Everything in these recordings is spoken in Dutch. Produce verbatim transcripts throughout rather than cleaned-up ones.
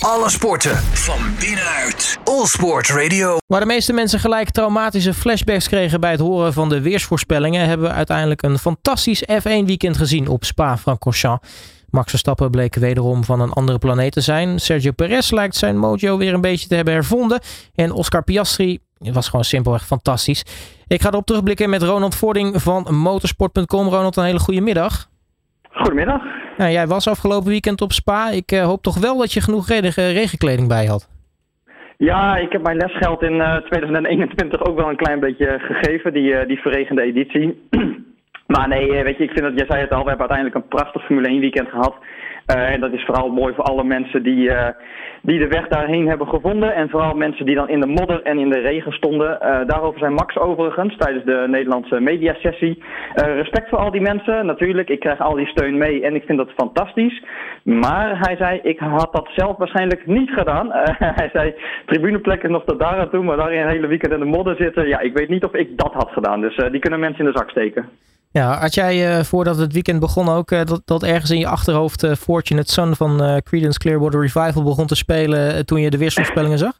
Alle sporten van binnenuit. All Sport Radio. Waar de meeste mensen gelijk traumatische flashbacks kregen bij het horen van de weersvoorspellingen, hebben we uiteindelijk een fantastisch F één weekend gezien op Spa-Francorchamps. Max Verstappen bleek wederom van een andere planeet te zijn. Sergio Perez lijkt zijn mojo weer een beetje te hebben hervonden. En Oscar Piastri was gewoon simpelweg fantastisch. Ik ga erop terugblikken met Ronald Vording van motorsport punt com. Ronald, een hele goede middag. Goedemiddag. Nou, jij was afgelopen weekend op Spa. Ik uh, hoop toch wel dat je genoeg regen, regenkleding bij had. Ja, ik heb mijn lesgeld in uh, tweeduizend eenentwintig ook wel een klein beetje gegeven, die, uh, die verregende editie. Maar nee, weet je, ik vind dat, jij zei het al, we hebben uiteindelijk een prachtig Formule één weekend gehad. Uh, en dat is vooral mooi voor alle mensen die, uh, die de weg daarheen hebben gevonden. En vooral mensen die dan in de modder en in de regen stonden. Uh, daarover zijn Max overigens tijdens de Nederlandse mediasessie. Uh, respect voor al die mensen, natuurlijk. Ik krijg al die steun mee en ik vind dat fantastisch. Maar hij zei, ik had dat zelf waarschijnlijk niet gedaan. Uh, hij zei, tribuneplek is nog tot daar aan toe, maar daar een hele weekend in de modder zitten. Ja, ik weet niet of ik dat had gedaan. Dus uh, die kunnen mensen in de zak steken. Ja, had jij uh, voordat het weekend begon ook uh, dat, dat ergens in je achterhoofd uh, Fortunate Son van uh, Creedence Clearwater Revival begon te spelen uh, toen je de weersvoorspellingen zag?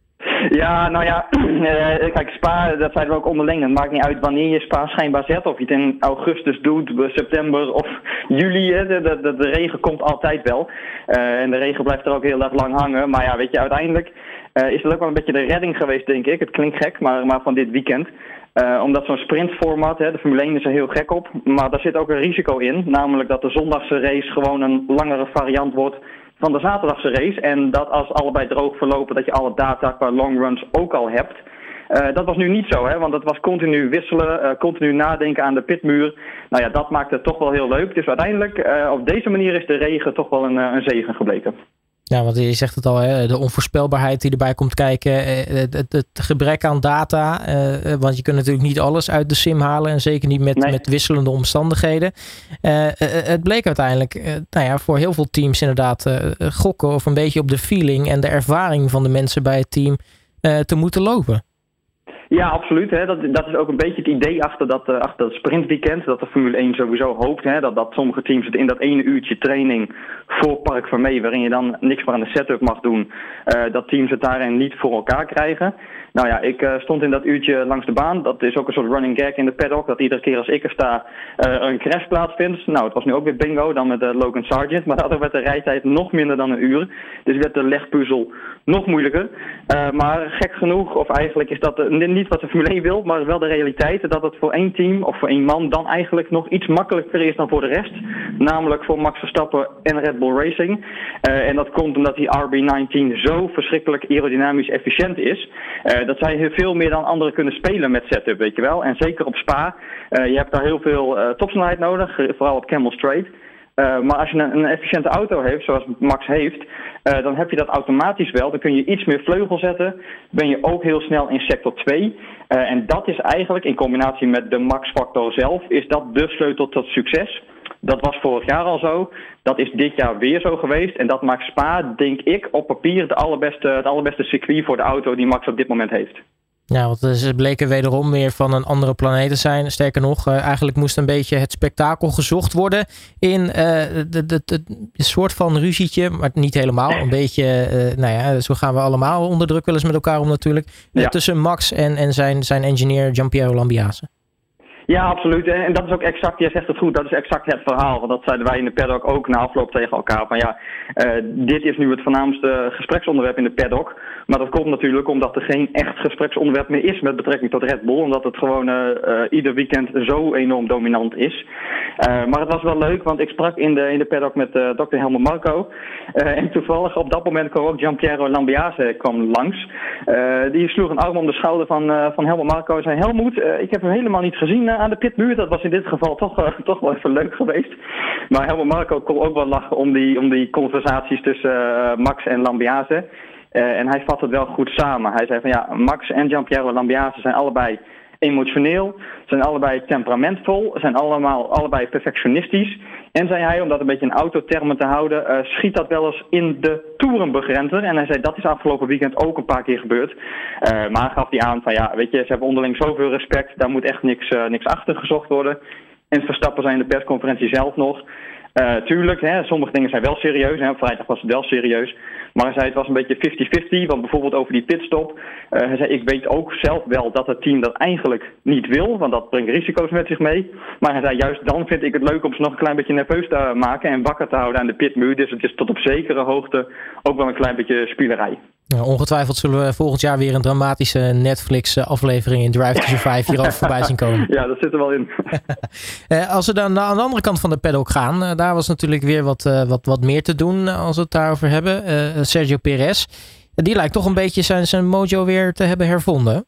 Ja, nou ja, uh, kijk, Spa, dat zeiden we ook onderling. Het maakt niet uit wanneer je Spa schijnbaar zet. Of je het in augustus doet, september of juli. Hè, de, de, de regen komt altijd wel. Uh, en de regen blijft er ook heel erg lang hangen. Maar ja, weet je, uiteindelijk uh, is het ook wel een beetje de redding geweest, denk ik. Het klinkt gek, maar, maar van dit weekend. Uh, omdat zo'n sprintformat, hè, de Formule één is er heel gek op, maar daar zit ook een risico in. Namelijk dat de zondagse race gewoon een langere variant wordt van de zaterdagse race. En dat als allebei droog verlopen, dat je alle data qua longruns ook al hebt. Uh, dat was nu niet zo, hè, want het was continu wisselen, uh, continu nadenken aan de pitmuur. Nou ja, dat maakt het toch wel heel leuk. Dus uiteindelijk, uh, op deze manier is de regen toch wel een, uh, een zegen gebleken. Ja, want je zegt het al, hè, de onvoorspelbaarheid die erbij komt kijken, het, het, het gebrek aan data, uh, want je kunt natuurlijk niet alles uit de sim halen en zeker niet met, nee. met wisselende omstandigheden. Uh, uh, het bleek uiteindelijk, uh, nou ja, voor heel veel teams inderdaad uh, gokken of een beetje op de feeling en de ervaring van de mensen bij het team uh, te moeten lopen. Ja, absoluut. Hè. Dat, dat is ook een beetje het idee achter dat, uh, achter dat sprintweekend. Dat de Formule één sowieso hoopt. Hè, dat, dat sommige teams het in dat ene uurtje training voor Park Vermee, waarin je dan niks meer aan de setup mag doen, uh, dat teams het daarin niet voor elkaar krijgen. Nou ja, ik uh, stond in dat uurtje langs de baan. Dat is ook een soort running gag in de paddock. Dat iedere keer als ik er sta uh, een crash plaatsvindt. Nou, het was nu ook weer bingo, dan met uh, Logan Sargent. Maar daardoor werd de rijtijd nog minder dan een uur. Dus werd de legpuzzel nog moeilijker. Uh, maar gek genoeg, of eigenlijk is dat uh, niet wat de Formule één wil, maar wel de realiteit. Dat het voor één team of voor één man dan eigenlijk nog iets makkelijker is dan voor de rest. Namelijk voor Max Verstappen en Red Bull Racing. Uh, en dat komt omdat die R B negentien zo verschrikkelijk aerodynamisch efficiënt is. Uh, dat zij veel meer dan anderen kunnen spelen met setup, weet je wel. En zeker op Spa. Uh, je hebt daar heel veel uh, topsnelheid nodig, vooral op Camel Straight. Uh, maar als je een, een efficiënte auto heeft, zoals Max heeft, uh, dan heb je dat automatisch wel. Dan kun je iets meer vleugel zetten. Ben je ook heel snel in sector twee. Uh, en dat is eigenlijk, in combinatie met de Max-factor zelf, is dat de sleutel tot succes. Dat was vorig jaar al zo. Dat is dit jaar weer zo geweest. En dat maakt Spa, denk ik, op papier het allerbeste, het allerbeste circuit voor de auto die Max op dit moment heeft. Ja, want ze bleken wederom weer van een andere planeet te zijn. Sterker nog, uh, eigenlijk moest een beetje het spektakel gezocht worden in uh, de, de, de, de soort van ruzietje, maar niet helemaal. Een beetje, uh, nou ja, zo gaan we allemaal onder druk wel eens met elkaar om natuurlijk. Uh, ja. Tussen Max en, en zijn, zijn engineer Giampiero Lambiase. Ja, absoluut. En dat is ook exact, jij zegt het goed, dat is exact het verhaal. Want dat zeiden wij in de paddock ook na afloop tegen elkaar. Van ja, uh, dit is nu het voornaamste gespreksonderwerp in de paddock. Maar dat komt natuurlijk omdat er geen echt gespreksonderwerp meer is met betrekking tot Red Bull. Omdat het gewoon uh, uh, ieder weekend zo enorm dominant is. Uh, maar het was wel leuk, want ik sprak in de, in de paddock met uh, dokter Helmut Marko. Uh, en toevallig op dat moment kwam ook Giampiero Lambiase kwam langs. Uh, die sloeg een arm om de schouder van, uh, van Helmut Marko en zei: Helmut, uh, ik heb hem helemaal niet gezien uh, aan de pitmuur. Dat was in dit geval toch, uh, toch wel even leuk geweest. Maar Helmut Marko kon ook wel lachen om die, om die conversaties tussen uh, Max en Lambiase. Uh, en hij vat het wel goed samen. Hij zei van ja, Max en Giampiero Lambiase zijn allebei emotioneel, zijn allebei temperamentvol, zijn allemaal allebei perfectionistisch. En zei hij, om dat een beetje in autotermen te houden, uh, schiet dat wel eens in de toerenbegrenzer. En hij zei, dat is afgelopen weekend ook een paar keer gebeurd. Uh, maar gaf hij aan van ja, weet je, ze hebben onderling zoveel respect, daar moet echt niks, uh, niks achter gezocht worden. En Verstappen zei in de persconferentie zelf nog, Uh, tuurlijk, hè, sommige dingen zijn wel serieus. Hè. Op vrijdag was het wel serieus. Maar hij zei het was een beetje fifty fifty. Want bijvoorbeeld over die pitstop. Uh, hij zei ik weet ook zelf wel dat het team dat eigenlijk niet wil. Want dat brengt risico's met zich mee. Maar hij zei juist dan vind ik het leuk om ze nog een klein beetje nerveus te maken. En wakker te houden aan de pitmuur. Dus het is tot op zekere hoogte ook wel een klein beetje spielerij. Ja, ongetwijfeld zullen we volgend jaar weer een dramatische Netflix-aflevering in Drive to Survive hierover voorbij zien komen. Ja, dat zit er wel in. Als we dan aan de andere kant van de paddock gaan, daar was natuurlijk weer wat, uh, wat, wat meer te doen als we het daarover hebben. Uh, Sergio Perez, die lijkt toch een beetje zijn, zijn mojo weer te hebben hervonden.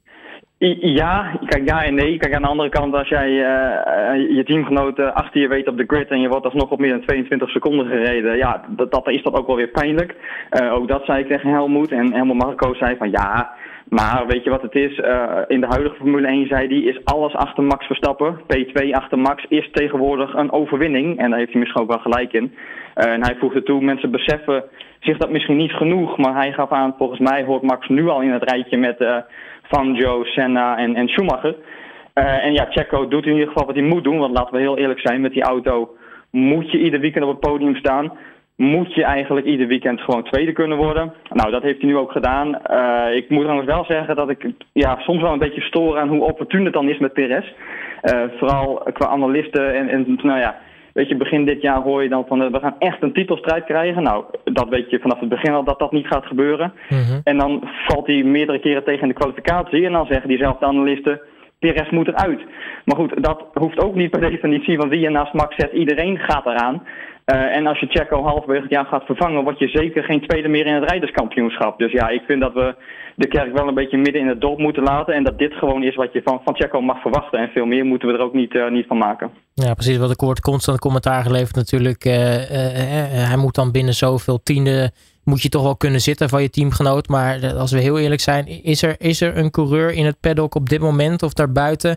Ja, kijk, ja en nee. Kijk, aan de andere kant, als jij uh, je teamgenoten achter je weet op de grid en je wordt alsnog op meer dan tweeëntwintig seconden gereden, ja, dat, dat is dat ook wel weer pijnlijk. Uh, ook dat zei ik tegen Helmoet. En Helmut Marko zei van ja, maar weet je wat het is? Uh, in de huidige Formule één zei hij, is alles achter Max Verstappen. P twee achter Max is tegenwoordig een overwinning. En daar heeft hij misschien ook wel gelijk in. Uh, en hij voegde toe, mensen beseffen zich dat misschien niet genoeg, maar hij gaf aan, volgens mij hoort Max nu al in het rijtje met Uh, Fangio, Senna en, en Schumacher. Uh, en ja, Checo doet in ieder geval wat hij moet doen. Want laten we heel eerlijk zijn, met die auto moet je ieder weekend op het podium staan. Moet je eigenlijk ieder weekend gewoon tweede kunnen worden. Nou, dat heeft hij nu ook gedaan. Uh, ik moet trouwens wel zeggen dat ik ja, soms wel een beetje stoor aan hoe opportun het dan is met Perez. Uh, vooral qua analisten en, en nou ja, weet je, begin dit jaar hoor je dan van uh, we gaan echt een titelstrijd krijgen. Nou, dat weet je vanaf het begin al dat dat niet gaat gebeuren. Mm-hmm. En dan valt hij meerdere keren tegen in de kwalificatie. En dan zeggen diezelfde analisten, Perez moet eruit. Maar goed, dat hoeft ook niet per definitie. Want wie je naast Max zet, iedereen gaat eraan. Uh, en als je Checo halverwege het jaar gaat vervangen, word je zeker geen tweede meer in het rijderskampioenschap. Dus ja, ik vind dat we de kerk wel een beetje midden in het dorp moeten laten. En dat dit gewoon is wat je van, van Checo mag verwachten. En veel meer moeten we er ook niet, uh, niet van maken. Ja, precies. Wat ik hoort constant commentaar geleverd natuurlijk. Uh, uh, uh, hij moet dan binnen zoveel tiende, moet je toch wel kunnen zitten van je teamgenoot. Maar uh, als we heel eerlijk zijn, is er, is er een coureur in het paddock op dit moment of daarbuiten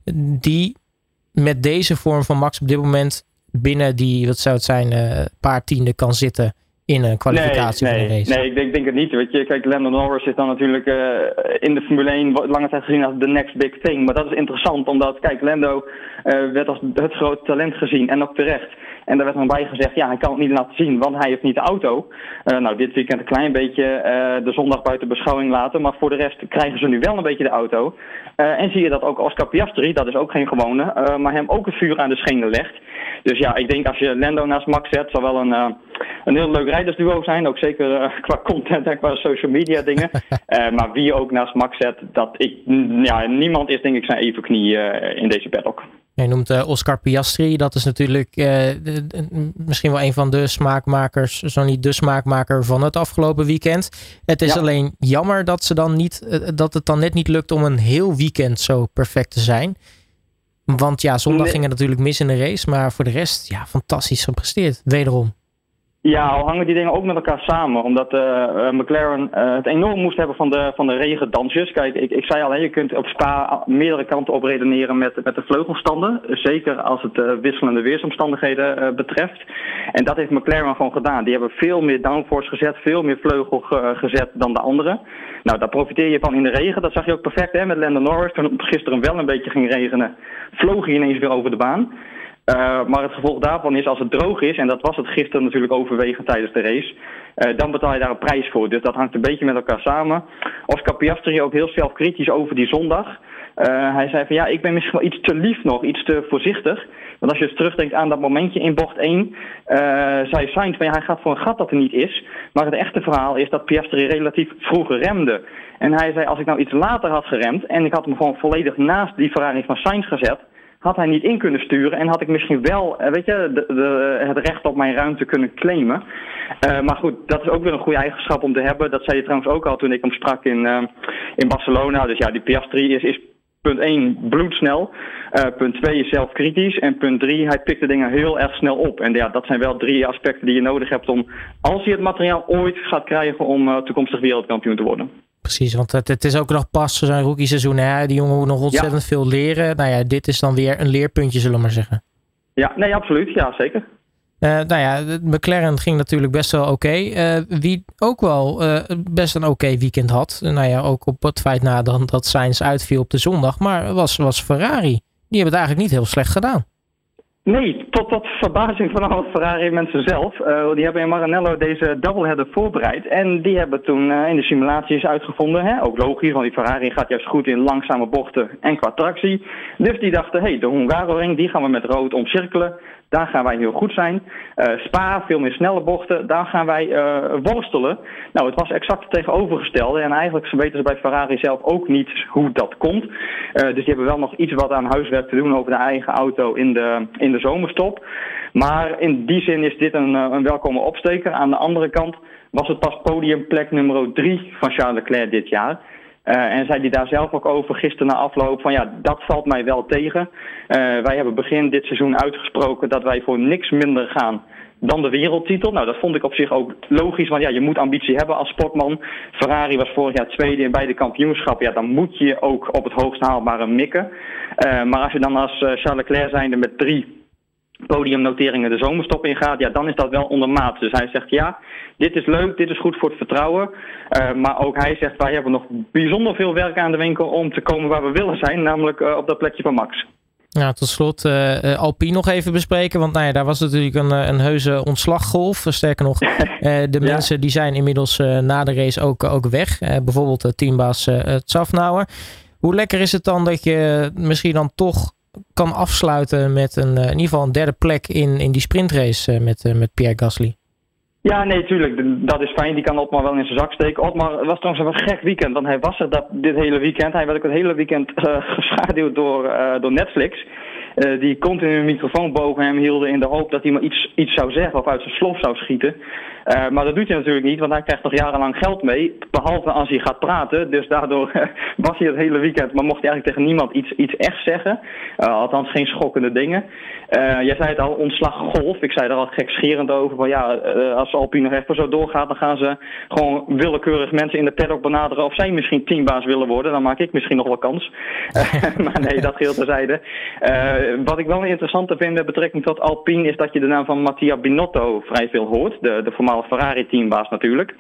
die met deze vorm van Max op dit moment binnen die, wat zou het zijn, een uh, paar tienden kan zitten in een kwalificatie nee, van nee, een race? Nee, ik denk, ik denk het niet. Weet je, kijk, Lando Norris is dan natuurlijk uh, in de Formule één lange tijd gezien als the next big thing. Maar dat is interessant, omdat, kijk, Lando uh, werd als het grote talent gezien en ook terecht. En daar werd dan bij gezegd, ja, hij kan het niet laten zien, want hij heeft niet de auto. Uh, nou, dit weekend een klein beetje uh, de zondag buiten beschouwing laten. Maar voor de rest krijgen ze nu wel een beetje de auto. Uh, en zie je dat ook Oscar Piastri, dat is ook geen gewone, uh, maar hem ook het vuur aan de schenen legt. Dus ja, ik denk als je Lando naast Max zet, zal wel een, uh, een heel leuk rijdersduo zijn. Ook zeker uh, qua content en qua social media dingen. uh, maar wie je ook naast Max zet, dat ik, ja, niemand is denk ik zijn evenknie uh, in deze paddock. Je noemt uh, Oscar Piastri, dat is natuurlijk uh, de, de, misschien wel een van de smaakmakers, zo niet de smaakmaker van het afgelopen weekend. Het is ja. alleen jammer dat, ze dan niet, uh, dat het dan net niet lukt om een heel weekend zo perfect te zijn. Want ja, zondag nee. ging het natuurlijk mis in de race, maar voor de rest, ja, fantastisch gepresteerd, wederom. Ja, al hangen die dingen ook met elkaar samen. Omdat uh, uh, McLaren uh, het enorm moest hebben van de, van de regendansjes. Kijk, ik, ik zei al, je kunt op Spa meerdere kanten op redeneren met, met de vleugelstanden. Zeker als het uh, wisselende weersomstandigheden uh, betreft. En dat heeft McLaren gewoon gedaan. Die hebben veel meer downforce gezet, veel meer vleugel ge, gezet dan de anderen. Nou, daar profiteer je van in de regen. Dat zag je ook perfect hè, met Lando Norris. Toen het gisteren wel een beetje ging regenen, vloog hij ineens weer over de baan. Uh, maar het gevolg daarvan is, als het droog is, en dat was het gisteren natuurlijk overwegend tijdens de race, uh, dan betaal je daar een prijs voor. Dus dat hangt een beetje met elkaar samen. Oscar Piastri ook heel zelfkritisch over die zondag. Uh, hij zei van ja, ik ben misschien wel iets te lief nog, iets te voorzichtig. Want als je eens terugdenkt aan dat momentje in bocht één, uh, zei Sainz van ja, hij gaat voor een gat dat er niet is. Maar het echte verhaal is dat Piastri relatief vroeg remde. En hij zei, als ik nou iets later had geremd en ik had hem gewoon volledig naast die Ferrari van Sainz gezet, had hij niet in kunnen sturen en had ik misschien wel, weet je, de, de, het recht op mijn ruimte kunnen claimen. Uh, maar goed, dat is ook weer een goede eigenschap om te hebben. Dat zei je trouwens ook al toen ik hem sprak in, uh, in Barcelona. Dus ja, die Piastri is, is punt één bloedsnel. Uh, punt twee is zelfkritisch. En punt drie, hij pikt de dingen heel erg snel op. En ja, dat zijn wel drie aspecten die je nodig hebt om, als hij het materiaal ooit gaat krijgen, om uh, toekomstig wereldkampioen te worden. Precies, want het, het is ook nog pas zijn rookie seizoen. Hè? Die jongen moet nog ontzettend ja. veel leren. Nou ja, dit is dan weer een leerpuntje, zullen we maar zeggen. Ja, nee, absoluut. Ja, zeker. Uh, nou ja, McLaren ging natuurlijk best wel oké. Okay. Uh, wie ook wel uh, best een oké okay weekend had. Uh, nou ja, ook op het feit na dan dat Sainz uitviel op de zondag. Maar was, was Ferrari. Die hebben het eigenlijk niet heel slecht gedaan. Nee, tot tot verbazing van alle Ferrari-mensen zelf. Uh, die hebben in Maranello deze doubleheader voorbereid. En die hebben toen uh, in de simulaties uitgevonden, hè, ook logisch, want die Ferrari gaat juist goed in langzame bochten en qua tractie. Dus die dachten, hé, hey, de Hungaroring, die gaan we met rood omcirkelen. Daar gaan wij heel goed zijn. Uh, Spa, veel meer snelle bochten, daar gaan wij uh, worstelen. Nou, het was exact het tegenovergestelde. En eigenlijk weten ze bij Ferrari zelf ook niet hoe dat komt. Uh, dus die hebben wel nog iets wat aan huiswerk te doen over de eigen auto in de, in de zomerstop. Maar in die zin is dit een, een welkome opsteker. Aan de andere kant was het pas podiumplek nummer drie van Charles Leclerc dit jaar. Uh, en zei hij daar zelf ook over gisteren na afloop van ja, dat valt mij wel tegen. Uh, wij hebben begin dit seizoen uitgesproken dat wij voor niks minder gaan dan de wereldtitel. Nou, dat vond ik op zich ook logisch, want ja, je moet ambitie hebben als sportman. Ferrari was vorig jaar tweede in beide kampioenschappen. Ja, dan moet je ook op het hoogst haalbare mikken. Uh, maar als je dan als uh, Charles Leclerc zijnde met drie podiumnoteringen de zomerstop ingaat, ja, dan is dat wel ondermaat. Dus hij zegt ja, dit is leuk, dit is goed voor het vertrouwen. Uh, maar ook hij zegt, wij hebben nog bijzonder veel werk aan de winkel om te komen waar we willen zijn, namelijk uh, op dat plekje van Max. Ja, tot slot uh, Alpine nog even bespreken, want nou ja, daar was natuurlijk een, een heuse ontslaggolf. Sterker nog, uh, de ja. mensen die zijn inmiddels uh, na de race ook, ook weg. Uh, bijvoorbeeld uh, teambaas uh, Zafnauer. Hoe lekker is het dan dat je misschien dan toch kan afsluiten met een, in ieder geval een derde plek in, in die sprintrace met, met Pierre Gasly? Ja, nee, tuurlijk. Dat is fijn. Die kan Otmar wel in zijn zak steken. Otmar was trouwens een gek weekend, want hij was er dat, dit hele weekend. Hij werd ook het hele weekend uh, geschaduwd door, uh, door Netflix. Uh, die continu een microfoon boven hem hielden in de hoop dat hij maar iets, iets zou zeggen of uit zijn slof zou schieten. Uh, maar dat doet hij natuurlijk niet, want hij krijgt nog jarenlang geld mee. Behalve als hij gaat praten. Dus daardoor uh, was hij het hele weekend, maar mocht hij eigenlijk tegen niemand iets, iets echt zeggen. Uh, althans geen schokkende dingen. Uh, jij zei het al, ontslaggolf. Ik zei er al gekscherend over. Van ja, uh, als Alpine nog even zo doorgaat, dan gaan ze gewoon willekeurig mensen in de paddock benaderen of zij misschien teambaas willen worden. Dan maak ik misschien nog wel kans. Uh, maar nee, dat geheel terzijde. Uh, wat ik wel interessant vind met betrekking tot Alpine is dat je de naam van Mattia Binotto vrij veel hoort. De, de voormalige Ferrari-teambaas natuurlijk.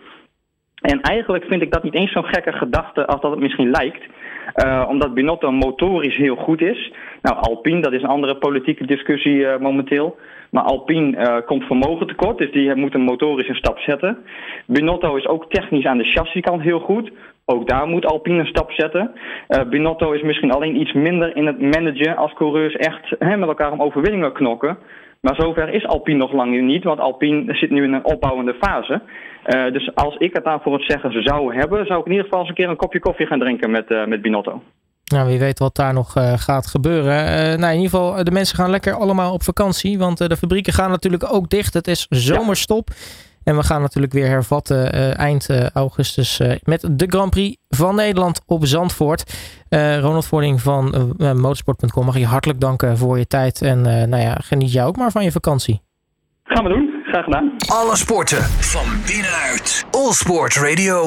En eigenlijk vind ik dat niet eens zo'n gekke gedachte als dat het misschien lijkt. Uh, omdat Binotto motorisch heel goed is. Nou, Alpine, dat is een andere politieke discussie uh, momenteel. Maar Alpine uh, komt vermogen tekort, dus die moet een motorisch een stap zetten. Binotto is ook technisch aan de chassiskant heel goed. Ook daar moet Alpine een stap zetten. Uh, Binotto is misschien alleen iets minder in het managen als coureurs echt hè, met elkaar om overwinningen knokken. Maar zover is Alpine nog lang niet, want Alpine zit nu in een opbouwende fase. Uh, dus als ik het daarvoor het zeggen zou hebben, zou ik in ieder geval eens een keer een kopje koffie gaan drinken met, uh, met Binotto. Nou, wie weet wat daar nog uh, gaat gebeuren. Uh, nou, in ieder geval, de mensen gaan lekker allemaal op vakantie, want uh, de fabrieken gaan natuurlijk ook dicht. Het is zomerstop. Ja. En we gaan natuurlijk weer hervatten uh, eind uh, augustus uh, met de Grand Prix van Nederland op Zandvoort. Uh, Ronald Voording van uh, motorsport punt com mag je hartelijk danken voor je tijd. En uh, nou ja, geniet jij ook maar van je vakantie. Gaan we doen. Graag gedaan. Alle sporten van binnenuit. All Sport Radio.